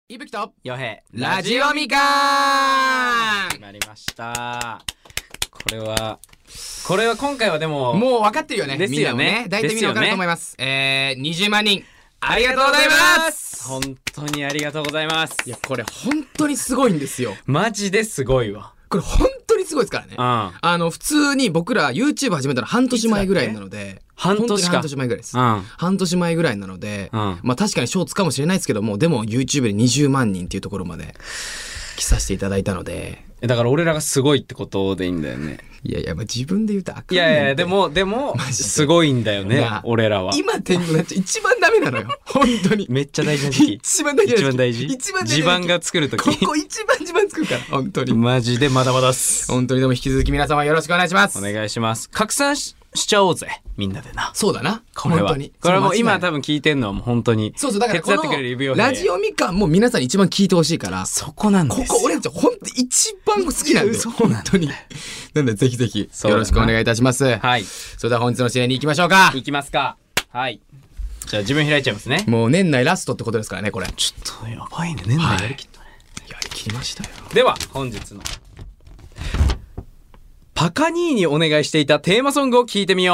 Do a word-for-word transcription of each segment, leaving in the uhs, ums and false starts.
いぶきとよへラジオみかん決まりました。これはこれは今回はでももう分かってるよね。 ですよね。 みんなもね大体みんな分かると思います。えー、にじゅうまんにんありがとうございます。 本当にありがとうございます。 いやこれ本当にすごいんですよ。 マジですごいわ。 これ本当にすごいですからね。 うん、 あの普通に僕ら YouTube 始めたの半年前ぐらいなので、 半年か半年前ぐらいです、 うん、 半年前ぐらいなので、 うん、 まあ確かにショーツかもしれないですけども、でも YouTube でにじゅうまんにんっていうところまで来させていただいたので、 だから俺らがすごいってことでいいんだよね。 いやいや、まあ、自分で言うとあかんねん。 いやいやでもでもすごいんだよね俺らは。 今天狗なっちゃ一番ダメなのよ本当に。 めっちゃ大事な時期。 一番大事な時期。 一番大事。 一番大事。 地盤が作る時。 ここ一番地盤作るから本当に。 マジでまだまだっす。 本当に。でも引き続き皆様よろしくお願いします。 お願いします。拡散 し, しちゃおうぜみんなでな。 そうだな。 これは本当に。 これはもう今多分聞いてんのはもう本当に。 そうそう、だからこの手伝ってくれる指輪ラジオみかんも皆さんに一番聞いてほしいから。 そこなんですよ。 ここ俺たち本当に一番好きなんで。 そうなん本当に。なんでぜひぜひよろしくお願いいたします。 はい。 それでは本日の指令に行きましょうか。 行きますか。はい。じゃあ自分開いちゃいますね。 もう年内ラストってことですからねこれ。 ちょっとやばいね。年内やりきったね。 はい、やりきりましたよ。 では本日のパカニーにお願いしていたテーマソングを聞いてみよう。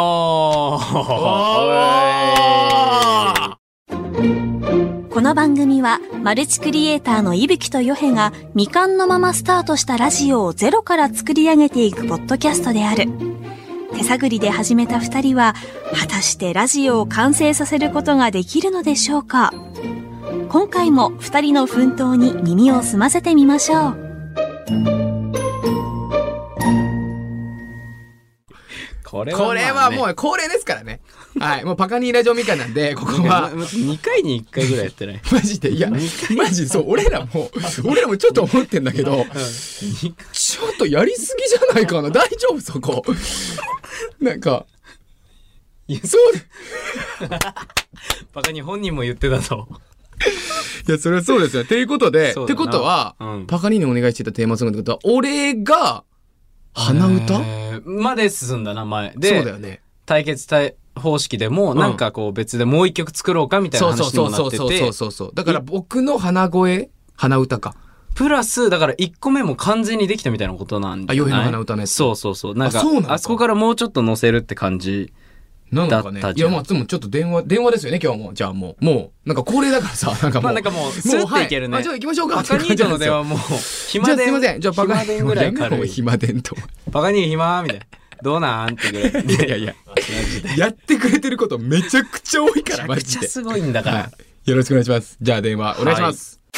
この番組はマルチクリエイターの伊吹とヨヘが未完のままスタートしたラジオをゼロから作り上げていくポッドキャストである。手探りで始めた二人は果たしてラジオを完成させることができるのでしょうか。今回も二人の奮闘に耳を澄ませてみましょう。 これは、まあね、 これはもう恒例ですからね。はい、もうパカニーラジオみかんなんで、ここはにかいにいっかいぐらいやってないマジで。いやマジそう、俺らも俺らもちょっと思ってんだけど、うん、ちょっとやりすぎじゃないかな。大丈夫そこ。なんかそうパカニー本人も言ってたぞ。 いやそれはそうですよ。っていうことで、ってことは、うん、パカニーにお願いしていたテーマソングってことは俺が鼻歌、 えー、まで進んだ名前で、 そうだよね。 対決対方式でもなんかこう別でもう一曲作ろうかみたいな話にもなってて、 そうそうそうそう。だから僕の鼻声鼻歌かプラスだからいっこめも完全にできたみたいなことなんじゃない？ あ、ヨヘの鼻歌のやつ。 そうそうそう。なんか あ, そうなんあそこからもうちょっと乗せるって感じだったじゃん。 なんかね、いやまあでもちょっと電話電話ですよね今日も。じゃあもうもうなんか恒例だからさ、なんかもうまあなんかもうスッていけるね。 はい、じゃあ行きましょうか。 パカニーとの電話もう暇電。 じゃあすいません。じゃあパカニーぐらい軽い。 暇電と。 パカニー暇みたいな。どうなんってぐらい。 いやいやいや。やってくれてることめちゃくちゃ多いからマジで。 めちゃくちゃすごいんだから、はい。 よろしくお願いします。じゃあ電話お願いします。はい、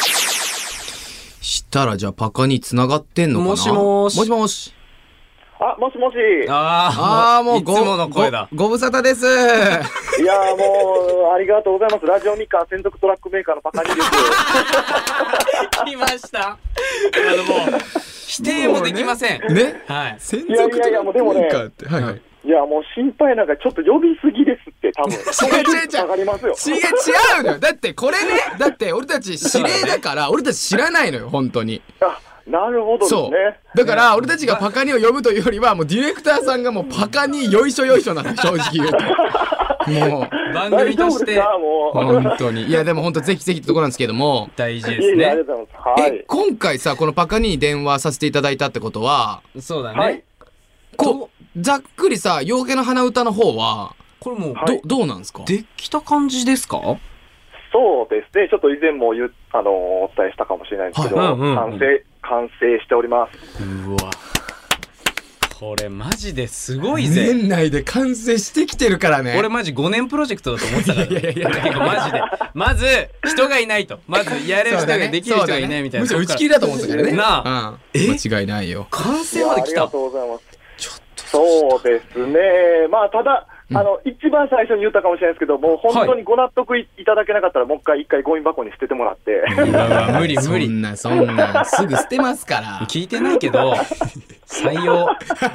したらじゃあパカニー繋がってんのかな。 もしもし。 もしもし。 あ、もしもし。 ああ、もういつもの声だ。 ご、ご無沙汰です。いやもうありがとうございます。ラジオミカ専属トラックメーカーのパカニーです。 来ました。あのもう否定もできません。 ね。 はい。 専属トラックメーカーって。はいはい。 いやもう心配なんかちょっと呼びすぎですって多分。 違う違う違う。 わかりますよ。 違う違うのよ。だってこれね、だって俺たち指令だから俺たち知らないのよ本当に。 あ、なるほどですね。 そうだから俺たちがパカニーを呼ぶというよりはもうディレクターさんがもうパカニーよいしょよいしょなの正直言うと。もう番組として本当に。いやでも本当ぜひぜひってところなんですけども、 大事ですね。 いやいやありがとうございます。はい。 え今回さこのパカニーに電話させていただいたってことは、 そうだね。 はい、 こうざっくりさ陽気の鼻歌の方はこれもう、 はい、 どどうなんですか？ できた感じですか？ そうですね。ちょっと以前も言あのお伝えしたかもしれないんですけど、 はいうんうんうん、 完成完成しております。 うわ。これマジですごいぜ。 年内で完成してきてるからね。 俺マジごねんプロジェクトだと思ってたから、ね。 いやいやいやいやマジで。まず人がいないと。まずやれる人ができる人がいないみたいな。 むしろ打ち切りだと思ってたからね。 なあ。 うん、え間違いないよ。 完成まで来た。 ありがとうございます。 ちょっとそうですね。まあただ。あの、うん、一番最初に言ったかもしれないですけど、もう本当にご納得 い,、はい、いただけなかったら、もう一回、一回ゴミ箱に捨ててもらって。 いや無理無理。 そんな、そんな、すぐ捨てますから。 聞いてないけど、採用。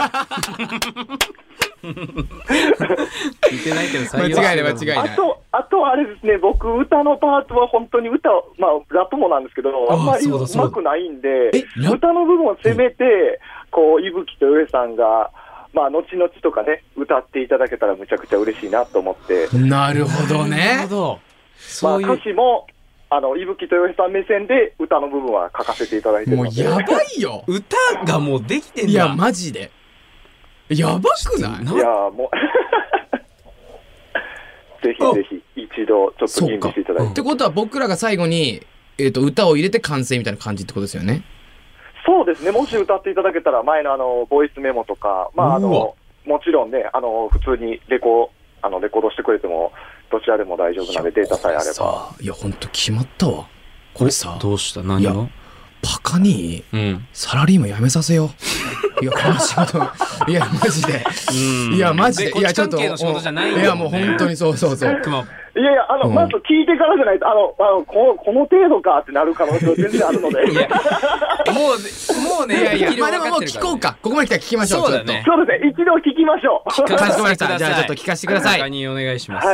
聞いてないけど採用。 間違いない、間違いない。 あと、あとあれですね、僕、歌のパートは本当に歌、まあ、ラップもなんですけど、あんまりうまくないんで、歌の部分をせめて、こう、伊吹と上さんが、まあ、後々とかね、歌っていただけたらむちゃくちゃ嬉しいなと思って。 なるほどね。 なるほど。 まあ、歌詞も、 あの伊吹豊さん目線で歌の部分は書かせていただいてるので。 もうやばいよ。 歌がもうできてんだ。 いやマジでやばくない？ いやもうぜひぜひ一度ちょっと吟味していただいて。 ってことは僕らが最後に、えーと、歌を入れて完成みたいな感じってことですよね。 そうですね。もし歌っていただけたら前のあのボイスメモとか、まああのもちろんね、あの普通にレコあのレコードしてくれてもどちらでも大丈夫なのでデータさえあれば。 いや本当決まったわ。これさ、 どうした何が？ バカに、 うん、 サラリーマン辞めさせよう。いやこの仕事、いやマジで、いやマジで、いやちょっと、いやもう本当にそうそうそう。 いやいや、あの、うん、まず聞いてからじゃないと、あの、あのこの、この程度かってなる可能性は全然あるので。 いやもう、もうね、いやいや、 まあでももう聞こうか。ここまで来たら聞きましょう。 そうだね。 そうですね。一度聞きましょう。 聞かせてください。 じゃあちょっと聞かせてください。 他にお願いします。 はい。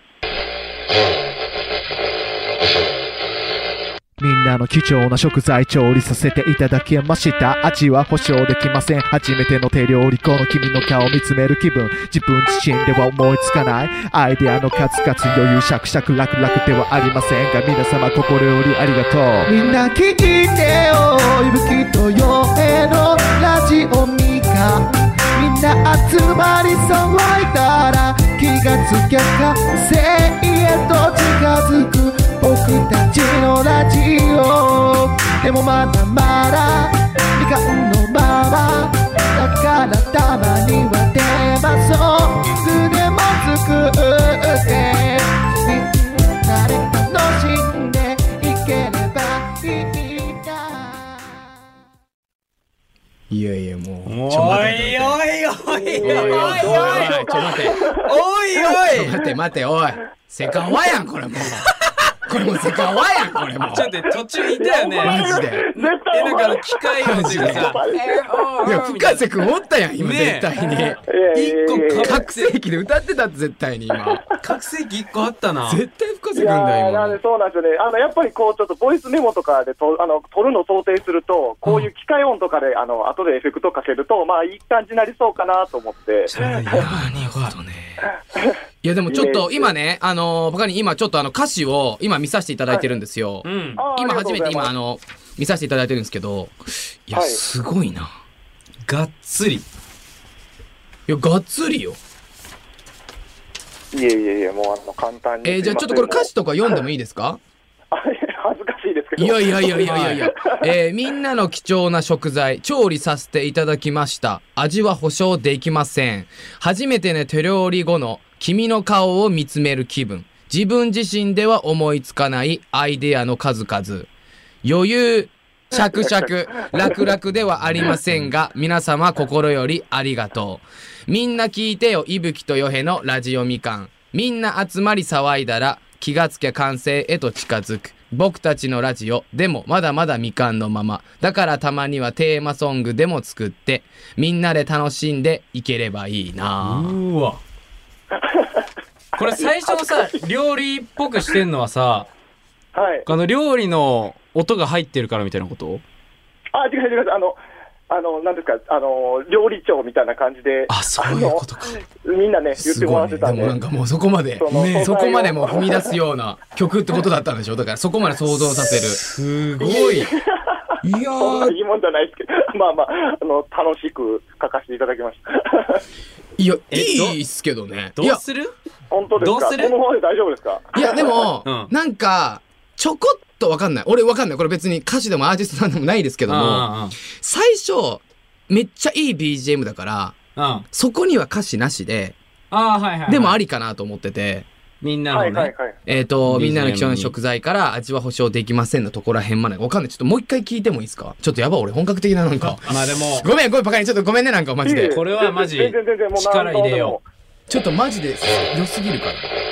みんなの貴重な食材調理させていただきました。味は保証できません。初めての手料理、この君の顔見つめる気分。自分自身では思いつかないアイデアの数々、余裕しゃくしゃく楽々ではありませんが、皆様心よりありがとう。みんな聞いてよ、いぶきとよへのラジオミカ。みんな集まり騒いだら気がつきゃ完成へと近づく僕たちのラジオ。でもまだまだみかんのままだからたまにはテーマソングでも作ってみんなで楽しんでいければいいな。 いやいやもうおいおいおいおいおいおいちょ待ておいおい待て待ておいセカオワやんこれもうこれもうセカオワやんこれもうちょっと途中いたよねマジで絶対えなんかあの機械音っていうかさいや深瀬くんおったやん今絶対に一個覚醒器で歌ってたって絶対に今覚醒器一個あったな絶対深瀬くんいやだよ今ーなんでそうなんですよね。あのやっぱりこうちょっとボイスメモとかでとあの撮るのを想定するとこういう機械音とかであの後でエフェクトかけるとまあいい感じになりそうかなと思って。 なるほどね。いやでもちょっと今ねあの他に今ちょっとあの歌詞を今見させていただいてるんですよ。 うん、 今初めて今あの見させていただいてるんですけど、いやすごいな。 がっつり。いやがっつりよ。 いえいえいえもうあの簡単に。 えー、じゃあちょっとこれ歌詞とか読んでもいいですか？ 恥ずかしいですけど。 いやいやいやいやいやいや。えー、みんなの貴重な食材調理させていただきました。味は保証できません。初めての手料理後の君の顔を見つめる気分。自分自身では思いつかないアイデアの数々。余裕、しゃくしゃく、楽々ではありませんが、皆様心よりありがとう。みんな聞いてよ、いぶきとよへのラジオみかん。みんな集まり騒いだら、気がつきゃ完成へと近づく。僕たちのラジオ、でもまだまだみかんのまま。だからたまにはテーマソングでも作って、みんなで楽しんでいければいいな。 うーわ。これ最初のさ、料理っぽくしてんのはさ、 はい。 あの料理の音が入ってるからみたいなこと？ あ、違う違う、あの、あの、なんですか、あの、料理長みたいな感じで、 あ、そういうことか。 みんなね、言ってもらってたんで。 すごいね、でもなんかもうそこまで、ね、そこまでも踏み出すような曲ってことだったんでしょ。だからそこまで想像させる。 すごい。いやー。そんないいもんじゃないですけど、まあまあ、あの、楽しく書かせていただきました。 いや、いいっすけどね。 どうする？ 本当ですか？ どうする？ この方で大丈夫ですか？ いや、でも、 うん、 なんか、ちょこっとわかんない。俺わかんない。これ別に歌手でもアーティストなんでもないですけども、最初、めっちゃいい ビージーエム だから、 うん、 そこには歌詞なしで、 あ、はいはいはい、 でもありかなと思ってて、 みんなのね、 はいはいはい、 えっと、みんなの貴重な食材から味は保証できませんのところらへんまでわかんない。ちょっともう一回聞いてもいいですか？ちょっとやばい、俺本格的ななんか。 まあでも、 ごめん、ごめん、バカにちょっとごめんね、なんかマジで。 これはマジ、 全然全然もう力入れよう。 ちょっとマジで良すぎるから。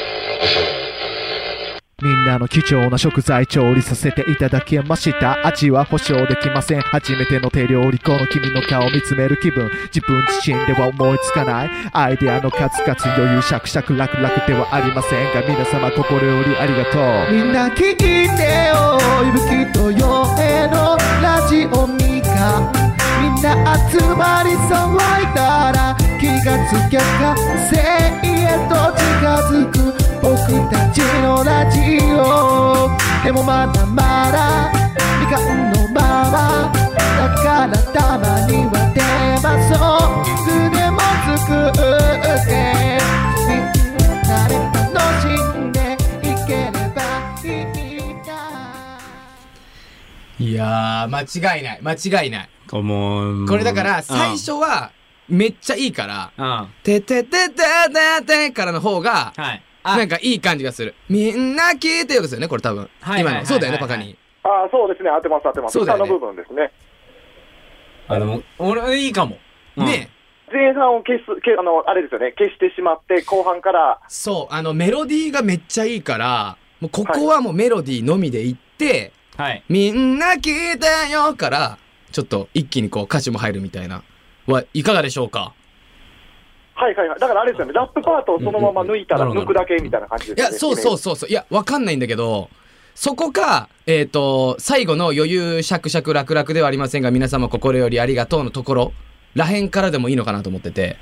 みんなの貴重な食材調理させていただきました。味は保証できません。初めての手料理後の君の顔見つめる気分。自分自身では思いつかないアイデアの数々。余裕しゃくしゃく楽々ではありませんが、皆様心よりありがとう。みんな聞いてよ、いぶきとよへのラジオミカ。みんな集まり騒いだら気がつきゃ完成へと近づく僕たちのラジオ。 でもまだまだみかんのままだからたまには手羽そうでも作ってみんなで楽しんでいければいいな。 いやー間違いない間違いない。 これもうこれだから最初はめっちゃいいからうん、 ててててててからの方がはいなんかいい感じがする。みんな聞いてよですよねこれ多分。 はいはいはいはい今のそうだよねパカニー。 ああ、そうですね、当てます当てます。 そうだよね歌の部分ですね。 あでも俺いいかも、うんね前半を消す、けあの、あれですよね、消してしまって、後半から、 そうあのメロディーがめっちゃいいからもうここはもうメロディーのみでいって、 はいみんな聞いてよからちょっと一気にこう歌詞も入るみたいなはいかがでしょうか。 はいはいはい。だからあれですよね、ラップパートをそのまま抜いたら抜くだけみたいな感じですよね。 いやそうそうそうそういやわかんないんだけどそこかえっ、ー、と最後の余裕しゃくしゃく楽々ではありませんが皆様心よりありがとうのところらへんからでもいいのかなと思ってて。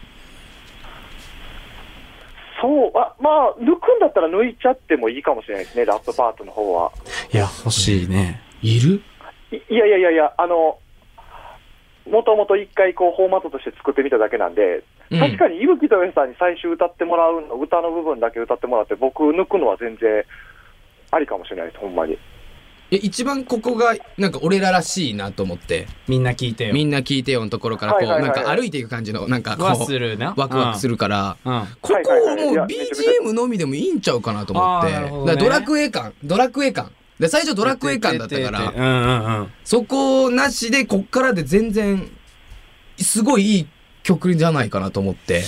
そう、あ、まあ、抜くんだったら抜いちゃってもいいかもしれないですね、ラップパートの方は。 いや欲しいね。 いるいいやいやいやいや、あの、もともと一回こうフォーマットとして作ってみただけなんで、 うん確かに伊吹とよしさんに最終歌ってもらうの、歌の部分だけ歌ってもらって、僕抜くのは全然ありかもしれないです、ほんまに。 え一番ここがなんか俺ららしいなと思ってみんな聞いてよ。 みんな聞いてよのところからこう、 はいはいはいなんか歩いていく感じのなんかこはうするな。 ワクワクするから、 うん。うん。 ここはいはいはいいやをもう ビージーエム のみでもいいんちゃうかなと思って、 あーなるほどねだからドラクエ感ドラクエ感で最初ドラクエ感だったからうんうんうん。 そこなしでこっからで全然すごいいい曲じゃないかなと思って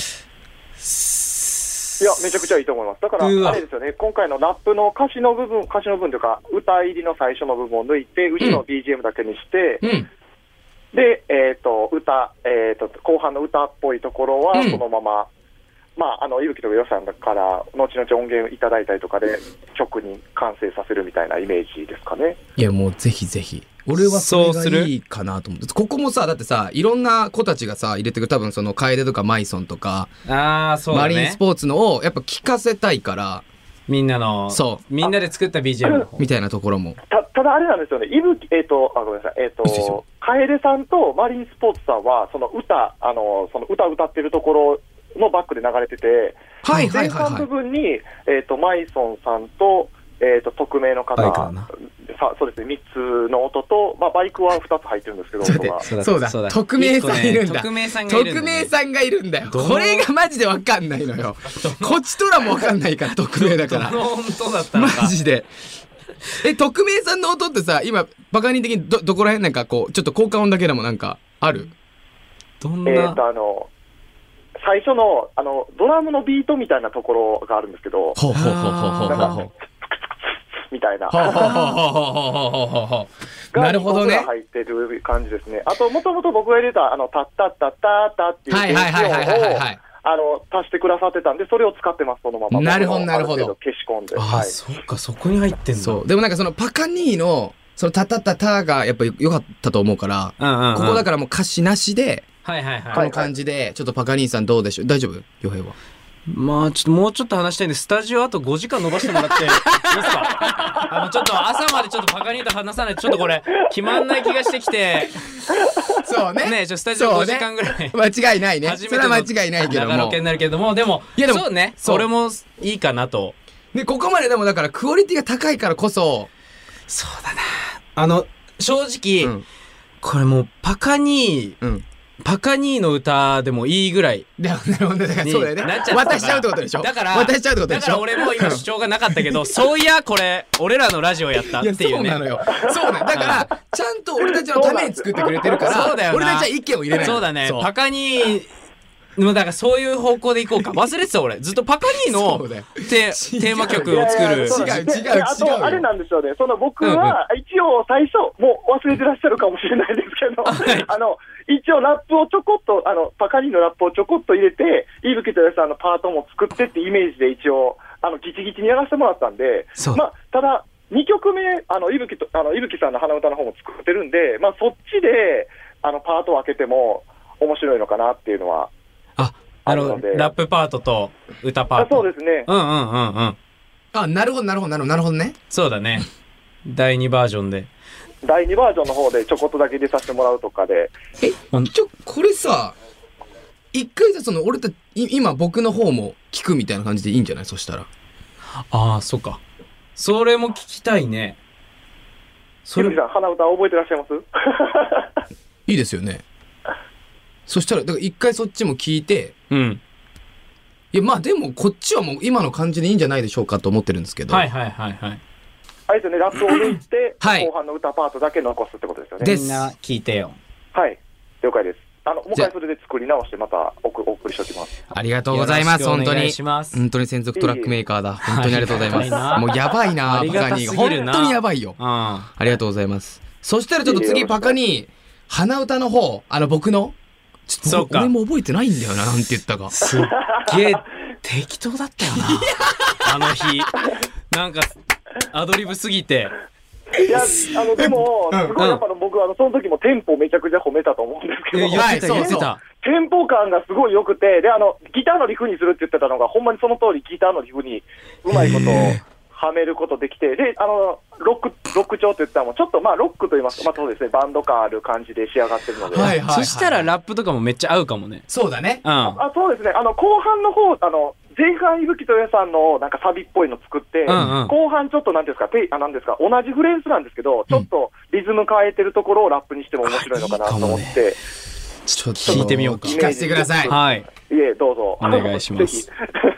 いや、めちゃくちゃいいと思います。だから、 うわあれですよね、今回のラップの歌詞の部分、歌詞の部分というか、歌入りの最初の部分を抜いて、うちの ビージーエム だけにして、 うんで、えっ、と、歌、えっ、と、後半の歌っぽいところはうんそのまま、まあ、あの、伊吹とよさんから、後々音源いただいたりとかで、曲に完成させるみたいなイメージですかね。 いやもうぜひぜひ俺はそれがいいかなと思ってここもさだってさいろんな子たちがさ入れてくる多分その楓とかマイソンとか、 ああそうだね。 マリンスポーツのをやっぱ聞かせたいからみんなのそうみんなで作った ビージーエム の方。 みたいなところもたただあれなんですよね、伊吹、えっ、と、あ、ごめんなさい、えっ、 いいですよと、楓さんとマリンスポーツさんは、その歌、あの、その歌歌ってるところのバックで流れてて、 はいはい前半部はいはい分に、えっ、と、マイソンさんと、えっ、と、匿名の方、 バイクだなさそうですね、みっつの音と、まあ、バイクはふたつ入ってるんですけど、 ちょっと音が。 待ってそうだそうだ匿名さんいるんだ匿名さんがいるんだね。 匿名さんがいるんだよどのこれがマジでわかんないのよこっちとらもわかんないから匿名だからどの本当だったのか。 マジでえ匿名さんの音ってさ今バカ人的にどどこら辺なんかこうちょっと効果音だけでもなんかあるどんえっ、 な。 と、あの、最初の、あの、ドラムのビートみたいなところがあるんですけど、 ほうほうほうほうほうほうほうみたいな。 ほうほうほうほうほうほうほうほうなるほどねが入ってる感じですね。あと、もともと僕が入れた、あの、タッタッタッタッタっていうはいはいはいはいはいはいはいあの、足してくださってたんで、それを使ってます、そのまま。 なるほどなるほどあ程消し込んで。 ああはい。 そっかそこに入ってんだ。 そうでもなんかそのパカニーのそのタタタタがやっぱ良かったと思うからうんうんうん。 ここだからもう歌詞なしではいはいはい。 この感じでちょっとパカニーさんどうでしょう大丈夫洋平はまあちょっともうちょっと話したいんでスタジオあとごじかん伸ばしてもらっていいですか。あのちょっと朝までちょっとパカニーと話さないとちょっとこれ決まんない気がしてきてそうねねちょっとスタジオごじかんぐらい間違いないね初めてのそれは間違いないけども長ロケになるけどもでもいやでもそうねそうそれもいいかなと。 でここまででもだからクオリティが高いからこそそうだなあの正直、 うんこれもうパカニーうんパカニーの歌でもいいぐらいでもなるほどだからにそうだよねなっちゃったから渡しちゃうってことでしょだから渡しちゃうってことでしょだから俺も今主張がなかったけどそういやこれ俺らのラジオやったっいやていうねそうなのよそうなんだからちゃんと俺たちのために作ってくれてるからそうだよな俺たちは意見を入れないのそうだねそうパカニーもうだからそういう方向でいこうか忘れてた俺ずっとパカニーのそうだよテテーマ曲を作るそうなんです違う違う違うよであと、あれなんですよね、その僕は、一応最初、もう忘れてらっしゃるかもしれないですけど、 はいあの、一応ラップをちょこっと、あの、パカニーのラップをちょこっと入れて、伊吹とよしさんのパートも作ってってイメージで一応、あの、ギチギチにやらせてもらったんで、 そうまあ、ただ、にきょくめ、あの、伊吹と、あの、伊吹さんの鼻歌の方も作ってるんで、まあ、そっちで、あの、パートを開けても面白いのかなっていうのは、 あなるほどあるのでラップパートと歌パーあトそうですね。 うんうんうんうんあなるほどなるほどなるほどなるほどねそうだねだいにバージョンで。 だいにバージョンの方でちょこっとだけ出させてもらうとかで。 え、ちょ、これさ、一回さ、その、俺たち、今僕の方も聞くみたいな感じでいいんじゃない？そしたら。 ああ、そっか。それも聞きたいね。 それ。さん、鼻歌覚えてらっしゃいますいいですよね。そしたら、だから一回そっちも聞いて、 うん。 いや、まあでも、こっちはもう今の感じでいいんじゃないでしょうかと思ってるんですけど。 はいはいはいはい。 あれですよね、ラップを抜いて、 はい、 後半の歌パートだけ残すってことですよね。 です。 みんな聞いてよ。 はい。了解です。あの、もう一回それで作り直してまたお送りしておきます。 ありがとうございます、本当に。本当に専属トラックメーカーだ。本当にありがとうございます。もうやばいな、パカニー。本当にやばいよ。ありがとうございます。そしたらちょっと次パカニー、鼻歌の方、あの僕の、ちょっと俺も覚えてないんだよな、なんて言ったか。 すっげえ適当だったよな。あの日。なんか、アドリブすぎて。 いや、あの、でも、すごいやっぱ僕、あの、その時もテンポめちゃくちゃ褒めたと思うんですけど、 はい、そうそう。 テンポ感がすごい良くて、で、あの、ギターのリフにするって言ってたのが、ほんまにその通りギターのリフにうまいことをはめることできて、で、あの、ロック、ロック調って言ったらもうちょっとまあロックと言いますか、まあそうですね、バンド感ある感じで仕上がってるので。 はいはいはい、 そしたらラップとかもめっちゃ合うかもね。 そうだね。 うん。 あ、そうですね。あの、後半の方、あの、前半、いぶきとやさんのなんかサビっぽいの作って、うんうん、後半ちょっとなんですか、てあなんですか、同じフレーズなんですけど、ちょっとリズム変えてるところをラップにしても面白いのかなと思って、いいね、 ちょっと聞いてみようか。 聞かせてください。 はい。 いえ、どうぞ。 お願いします。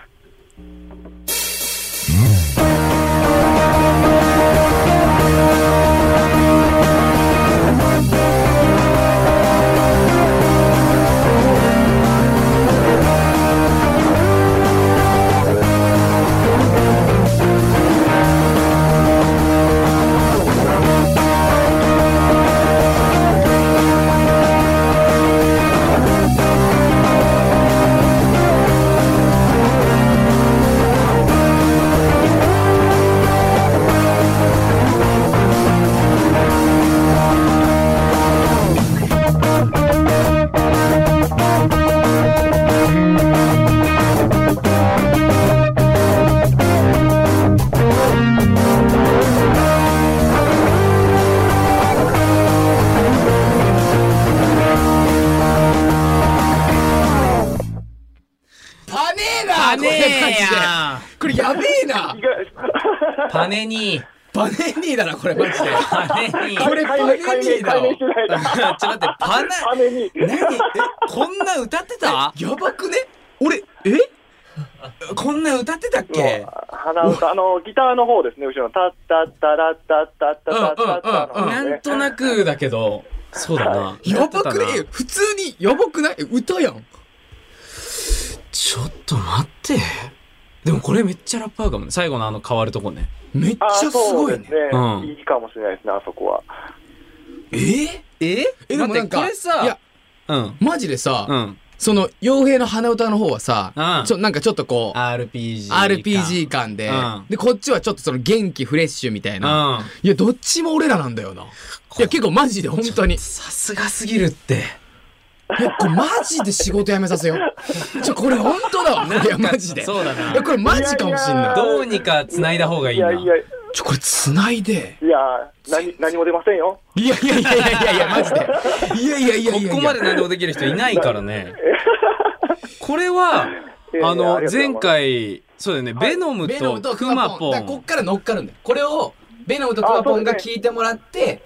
これやべえな。 パネニー。 パネニーだなこれマジで。 パネニー。 これパネニーだ。ちょっと待ってパナ。 パネニー。 何？えこんな歌ってた？ やばくね？俺え？ こんな歌ってたっけ？ 鼻歌あのギターの方ですね後ろのタッタッタラッタッタッタッタッタッタのなんとなくだけどそうだな。 やばくね？普通にやばくない？歌やん。 ちょっと待って。でもこれめっちゃラッパーかもね。最後のあの変わるとこね。 めっちゃすごいね。 うん、いいかもしれないですねあそこは。 えー、 ええでもなんかこれさいや、 うん、 マジでさ、 うん、 その傭兵の鼻歌の方はさ、うん、ちょなんかちょっとこうアールピージーアールピージー 感で、うん、でこっちはちょっとその元気フレッシュみたいな、うん、いやどっちも俺らなんだよな。いや結構マジで本当にさすがすぎるって。 いやこれマジで仕事辞めさせよう。ちょこれ本当だわ。いやマジで。 そうだな。 いやこれマジかもしんない。 どうにか繋いだ方がいいな。いやいやちょこれ繋いで。 いや何何も出ませんよ。 いやいやいやいやいやいやマジで。いやいやいやいやここまで何でもできる人いないからね。これはあの前回そうだよね、ベノムとクマポン。 こっから乗っかるんだよ。これをベノムとクマポンが聞いてもらって、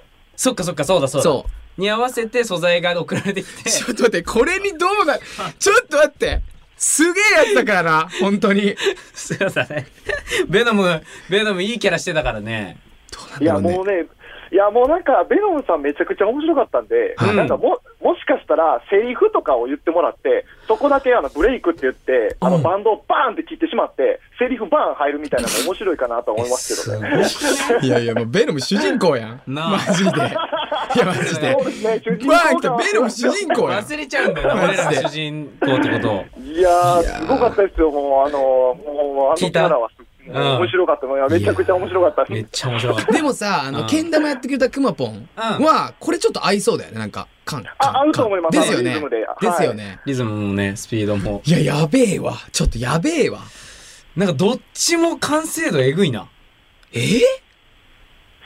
そっかそっかそうだそうだ。そうに合わせて素材が送られてきて。 ちょっと待って、これにどうな、ちょっと待って、すげえやつだからな、本当に。 そうだね。ベノム、ベノムいいキャラしてたからね。 どうなんだろうね。 いやもうね、いやもうなんかベノムさんめちゃくちゃ面白かったんで、うん、なんかももしかしたらセリフとかを言ってもらって、そこだけあのブレイクって言って、あのバンドをバーンって切ってしまって、セリフバーン入るみたいなのも面白いかなと思いますけどね。 いやいやもうベノム主人公やん。マジで。いやマジで。 そうですね、主人公バーンってベノム主人公やん。 忘れちゃうんだよな、俺らの主人公ってことを。 いやー、すごかったですよ、もうあの、もうあのキャラは。面白かったの。めちゃくちゃ面白かった。 めっちゃ面白かった。 でもさ、あの、けん玉やってくれたくまぽんは、これちょっと合いそうだよね、なんか。カンカン。 合うと思います。 ですよね。ですよね。 リズムもね、スピードも。 いや、やべえわ。ちょっとやべえわ。 なんかどっちも完成度えぐいな。 えー、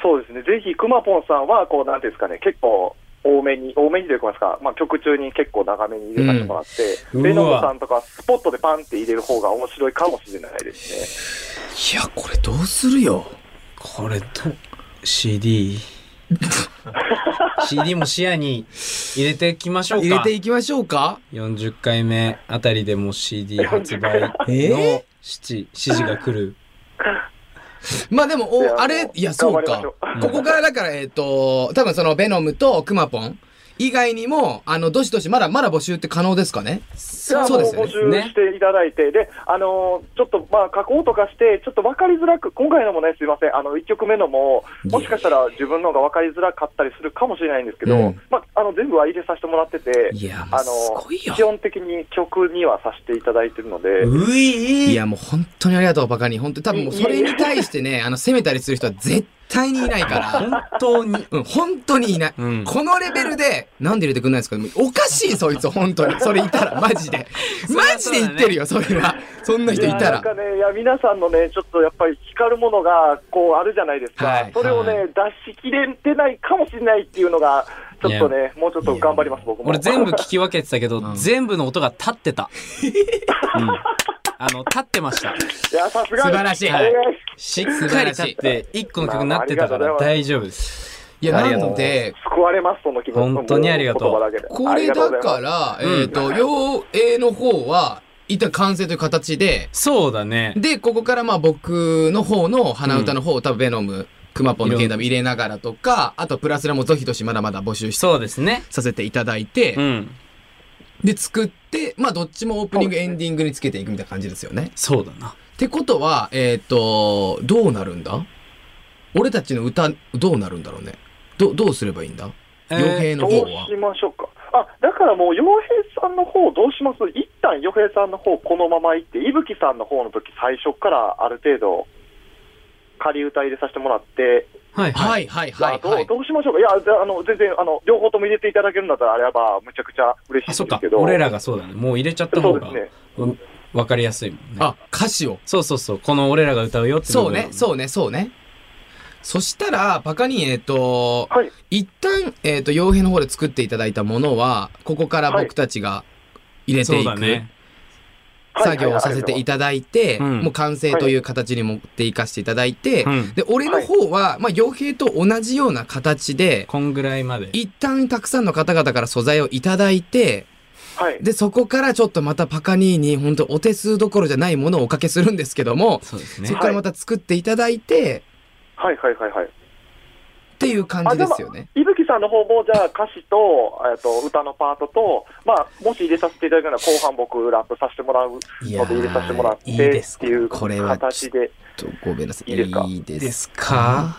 そうですね。ぜひ、くまぽんさんは、こう、なんていうんですかね、結構、多めに、多めにというかますか、まあ、曲中に結構長めに入れさせてもらって、 うん、 ベノムさんとかスポットでパンって入れる方が面白いかもしれないですね。いや、これどうするよ。 これと、シーディー。シーディー も視野に入れていきましょうか。 入れていきましょうか。 よんじゅっかいめあたりでも シーディー 発売の指示が来る。 まあでも、お、あれ、いや、そうか。ここからだから、えっと、多分そのベノムとくまぽん以外にも、あの、どしどしまだまだ募集って可能ですかね。 そうですね。募集していただいて、で、あのー、ちょっとまあ加工とかして、ちょっと分かりづらく、今回のもね、すいません、あの、いっきょくめのも、もしかしたら自分のが分かりづらかったりするかもしれないんですけど、うん、まあ、あの、全部は入れさせてもらってて、 いや、 あの、基本的に曲にはさせていただいてるので、 ういいや、もう本当にありがとう、バカに。本当に多分もうそれに対してね、あの、責めたりする人は絶対にいないから。 本当に。 うん、本当にいない。うん、このレベルで、なんで入れてくんないんですか？おかしい、そいつ、本当に。それいたら、マジで。マジで言ってるよ、それは。そんな人いたら。 なんかね、いや、皆さんのね、ちょっとやっぱり光るものが、こう、あるじゃないですか。はい、それをね、はい、出し切れてないかもしれないっていうのが、ちょっとね、もうちょっと頑張ります、僕も。 俺全部聞き分けてたけど、うん、全部の音が立ってた。うん、あの、立ってました。いや、さすがに。 素晴らしい。 はい、しっかり立って、一個の曲になってたから大丈夫です。 いや、なので、 救われます、その気持ち。 本当にありがとう。 これだから、えっと、陽影の方は、一旦完成という形で。 そうだね。 で、ここからまあ僕の方の鼻歌の方を多分ベノム、くまぽんのケンダム入れながらとか、あとプラスラもゾヒトシまだまだ募集して、 そうですね。 させていただいて、 うん。 で、作って、まあどっちもオープニング、エンディングにつけていくみたいな感じですよね。 そうだな。 ってことは、えっと、どうなるんだ？俺たちの歌、どうなるんだろうね。ど、どうすればいいんだ？ えー、 洋平の方は。 どうしましょうか。あ、だからもう、洋平さんの方どうします？一旦洋平さんの方このまま行って、伊吹さんの方の時最初からある程度、仮歌入れさせてもらって、 はいはいはいはい、はい、 どう。どうしましょうか。いや、あの、全然、あの、両方とも入れていただけるんだったらあれば、むちゃくちゃ嬉しいんですけど。 俺らがそうだね。もう入れちゃった方が、 そうですね。わかりやすいもんね。 あ、歌詞を。 そうそうそう。この俺らが歌うよって。 そうね、そうね、そうね。そしたら、バカに、えっと、はい、一旦、えっと、傭兵の方で作っていただいたものは、ここから僕たちが入れていく、はいね、作業をさせていただいて、もう完成という形に持っていかせていただいて、はい、で、俺の方は、まあ、傭兵と同じような形で、 こんぐらいまで。 一旦たくさんの方々から素材をいただいて、はい、で、そこからちょっとまたパカニーに、本当お手数どころじゃないものをおかけするんですけども、 そうですね。 そこからまた作っていただいて、 はいはいはいはい。 っていう感じですよね。 伊吹さんの方も、じゃあ歌詞と、えっと、歌のパートと、まあ、もし入れさせていただくなら後半僕ラップさせてもらうので入れさせてもらって、いいですっていう形で。 ちょっとごめんなさい。 いいですか？ いいですか？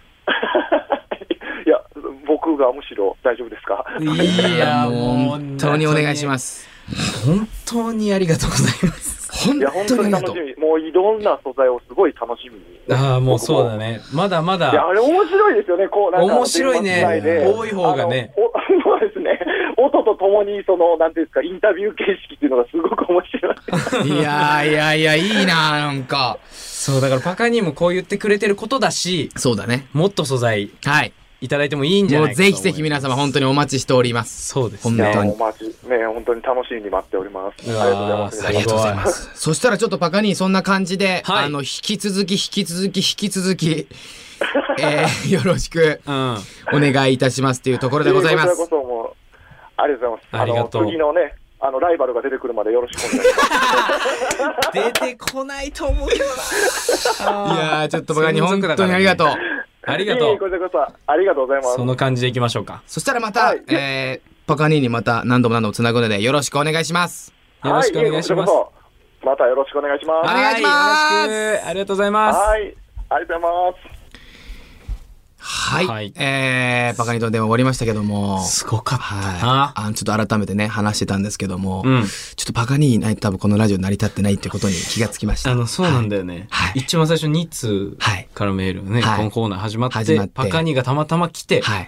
いや、僕がむしろ大丈夫ですか？ いや、もう本当にお願いします。 本当にありがとうございます。 本当に楽しみ。もういろんな素材をすごい楽しみに。 ああ、もうそうだね。まだまだ。 いや、あれ面白いですよね。こうなんか面白いね。多い方がね。 そうですね。音とともにそのなんていうんですか、インタビュー形式っていうのがすごく面白い。いやいやいや、いいな、なんか。 そうだからパカにもこう言ってくれてることだし、 そうだね。 もっと素材。 はい。 いただいてもいいんじゃないかと。 もうぜひぜひ皆様本当にお待ちしております。 そうですね。本当に。 お待ち、ね、本当に楽しみに待っております。 ありがとうございます。ありがとうございます。そしたらちょっとパカにそんな感じで、はい、あの、引き続き引き続き引き続き、えー、よろしくお願いいたしますというところでございます。 こちらこそもう、ありがとうございます。 ありがとう。 次のね、あの、ライバルが出てくるまでよろしくお願いします。 出てこないと思うけどな。 いやー、ちょっとパカに本当にありがとう。 ありがとう。 こちらこそありがとうございます。 その感じでいきましょうか。 そしたらまた、はい、えー、パカニーにまた何度も何度もつなぐのでよろしくお願いします。 よろしくお願いします。 はい、またよろしくお願いします。 お願いします。 よろしく。ありがとうございます。 はい。ありがとうございます。 はい。はい、えー、パカニーと電話終わりましたけども。 すごかった。 はい。あの、ちょっと改めてね、話してたんですけども、うん、ちょっとパカニーないと多分このラジオ成り立ってないっていうことに気がつきました。 あの、そうなんだよね。はい。一番最初に通からメールね、はい、このコーナー始まって、始まってパカニーがたまたま来て、はい。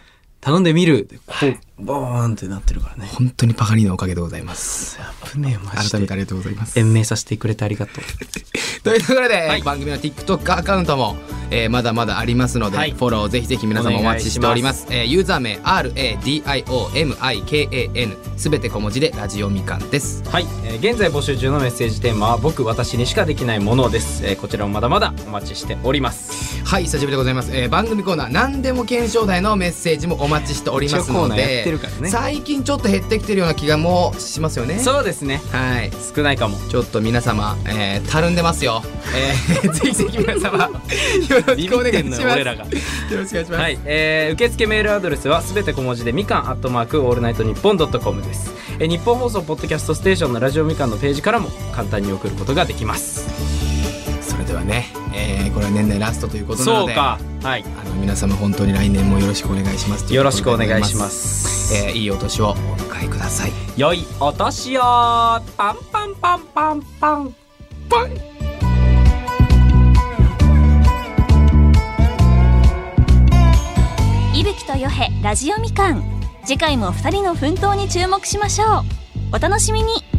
頼んでみるこうボーンってなってるからね。 本当にパガニーのおかげでございます。 危ねえマジで。 改めてありがとうございます。 延命させてくれてありがとう。 というところで、 はい、 番組の TikTok アカウントも、えー、まだまだありますので、はい、フォローぜひぜひ皆様お待ちしております。えー、ユーザー名 アールエーディーアイオーエムアイケーエーエヌ すべて小文字でラジオみかんです。 はい、えー、現在募集中のメッセージテーマは僕私にしかできないものです。えー、こちらもまだまだお待ちしております。 はい、久しぶりでございます。えー、番組コーナー何でも検証台のメッセージもお待ちしておりますので、ね、最近ちょっと減ってきてるような気がもうしますよね。 そうですね、 はい、 少ないかも。 ちょっと皆様、えー、たるんでますよ。えー、ぜひぜひ皆様よろしくお願いします。 俺らがよろしくお願いします。 はい、えー、受付メールアドレスはすべて小文字でみかんアットマークオールナイトニッポンドットコムです。えー、日本放送ポッドキャストステーションのラジオみかんのページからも簡単に送ることができます。 それではね、えー、これは年内ラストということなので、 そうか、はい、 あの皆様本当に来年もよろしくお願いします。 よろしくお願いします。 えー、いいお年をお迎えください。 良いお年を。パンパンパンパンパンパン。 伊吹とよへラジオみかん、次回もふたりの奮闘に注目しましょう。お楽しみに。